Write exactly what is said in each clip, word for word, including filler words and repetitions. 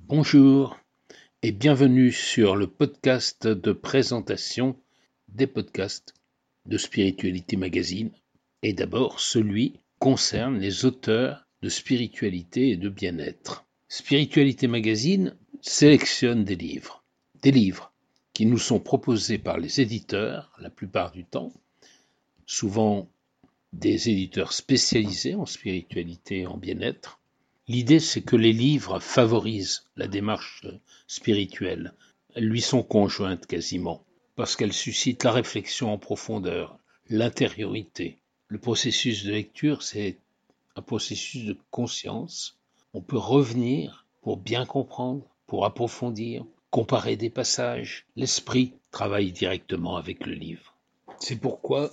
Bonjour et bienvenue sur le podcast de présentation des podcasts de Spiritualité Magazine. Et d'abord, celui concerne les auteurs de spiritualité et de bien-être. Spiritualité Magazine sélectionne des livres, des livres qui nous sont proposés par les éditeurs la plupart du temps, souvent des éditeurs spécialisés en spiritualité et en bien-être. L'idée, c'est que les livres favorisent la démarche spirituelle. Elles lui sont conjointes quasiment, parce qu'elles suscitent la réflexion en profondeur, l'intériorité. Le processus de lecture, c'est un processus de conscience. On peut revenir pour bien comprendre, pour approfondir, comparer des passages. L'esprit travaille directement avec le livre. C'est pourquoi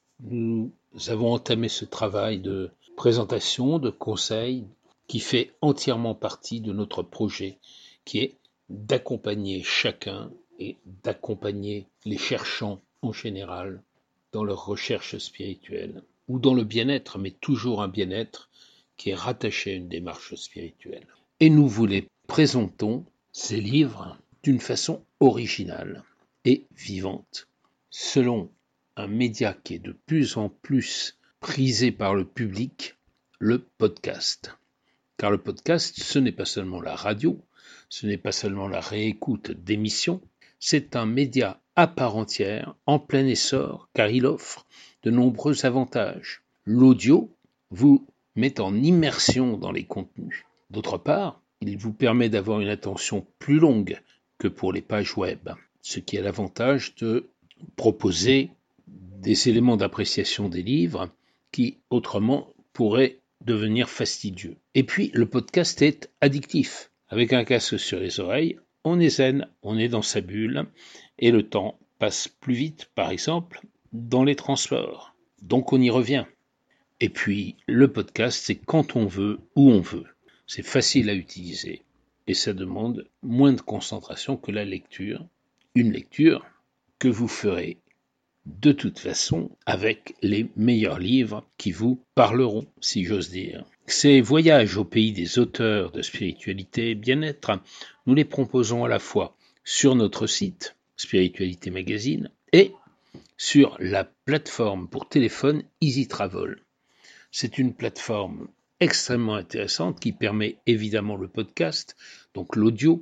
nous avons entamé ce travail de présentation, de conseil, qui fait entièrement partie de notre projet, qui est d'accompagner chacun et d'accompagner les cherchants en général dans leur recherche spirituelle ou dans le bien-être, mais toujours un bien-être qui est rattaché à une démarche spirituelle. Et nous vous les présentons, ces livres, d'une façon originale et vivante, selon un média qui est de plus en plus prisé par le public, le podcast. Car le podcast, ce n'est pas seulement la radio, ce n'est pas seulement la réécoute d'émissions, c'est un média à part entière, en plein essor, car il offre de nombreux avantages. L'audio vous met en immersion dans les contenus. D'autre part, il vous permet d'avoir une attention plus longue que pour les pages web, ce qui a l'avantage de proposer des éléments d'appréciation des livres qui, autrement, pourraient devenir fastidieux. Et puis, le podcast est addictif. Avec un casque sur les oreilles, on est zen, on est dans sa bulle, et le temps passe plus vite, par exemple, dans les transports. Donc on y revient. Et puis, le podcast, c'est quand on veut, où on veut. C'est facile à utiliser, et ça demande moins de concentration que la lecture. Une lecture que vous ferez de toute façon avec les meilleurs livres qui vous parleront, si j'ose dire. Ces voyages au pays des auteurs de spiritualité et bien-être, nous les proposons à la fois sur notre site, Spiritualité Magazine, et sur la plateforme pour téléphone Easy Travel. C'est une plateforme extrêmement intéressante qui permet évidemment le podcast, donc l'audio,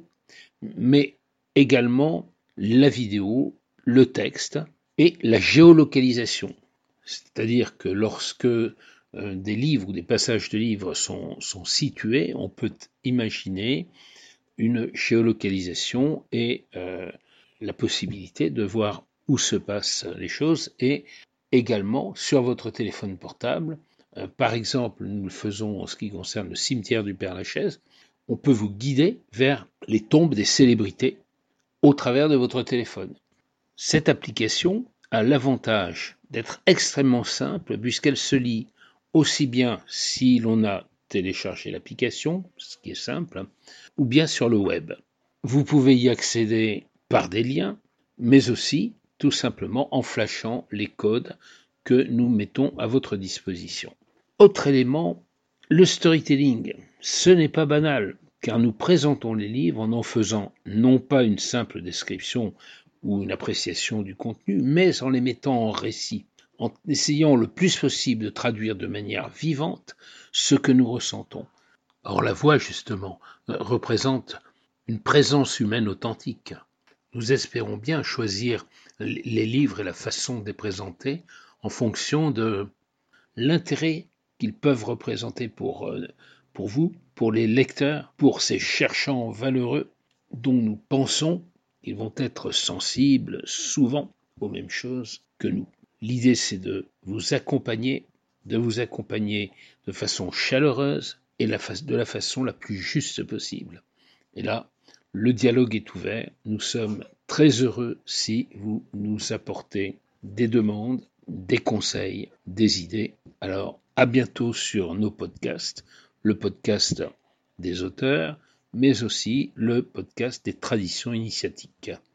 mais également la vidéo, le texte, et la géolocalisation. C'est-à-dire que lorsque euh, des livres ou des passages de livres sont, sont situés, on peut imaginer une géolocalisation et euh, la possibilité de voir où se passent les choses et également sur votre téléphone portable. Euh, par exemple, nous le faisons en ce qui concerne le cimetière du Père-Lachaise, on peut vous guider vers les tombes des célébrités au travers de votre téléphone. Cette application a l'avantage d'être extrêmement simple puisqu'elle se lit aussi bien si l'on a téléchargé l'application, ce qui est simple, ou bien sur le web. Vous pouvez y accéder par des liens, mais aussi tout simplement en flashant les codes que nous mettons à votre disposition. Autre élément, le storytelling. Ce n'est pas banal, car nous présentons les livres en en faisant non pas une simple description ou une appréciation du contenu, mais en les mettant en récit, en essayant le plus possible de traduire de manière vivante ce que nous ressentons. Or, la voix, justement, représente une présence humaine authentique. Nous espérons bien choisir les livres et la façon de les présenter en fonction de l'intérêt qu'ils peuvent représenter pour, pour vous, pour les lecteurs, pour ces cherchants valeureux dont nous pensons qu'ils vont être sensibles souvent aux mêmes choses que nous. L'idée, c'est de vous accompagner, de vous accompagner de façon chaleureuse et de la façon la plus juste possible. Et là, le dialogue est ouvert. Nous sommes très heureux si vous nous apportez des demandes, des conseils, des idées. Alors, à bientôt sur nos podcasts, le podcast des auteurs, mais aussi le podcast des traditions initiatiques.